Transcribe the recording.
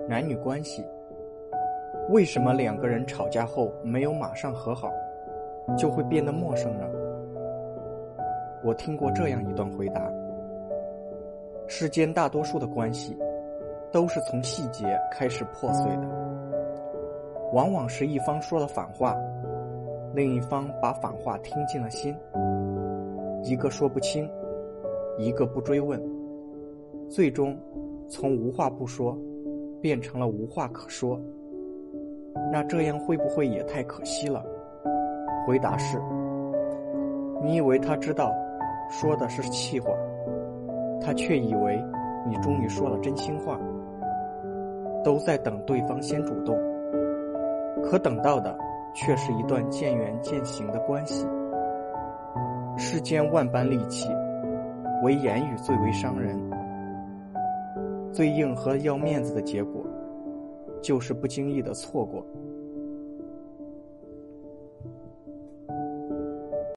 男女关系，为什么两个人吵架后没有马上和好，就会变得陌生呢？我听过这样一段回答：世间大多数的关系都是从细节开始破碎的，往往是一方说了反话，另一方把反话听进了心，一个说不清，一个不追问，最终从无话不说变成了无话可说。那这样会不会也太可惜了？回答是：你以为他知道说的是气话，他却以为你终于说了真心话。都在等对方先主动，可等到的却是一段渐远渐行的关系。世间万般利器，唯言语最为伤人。最硬和要面子的结果，就是不经意的错过。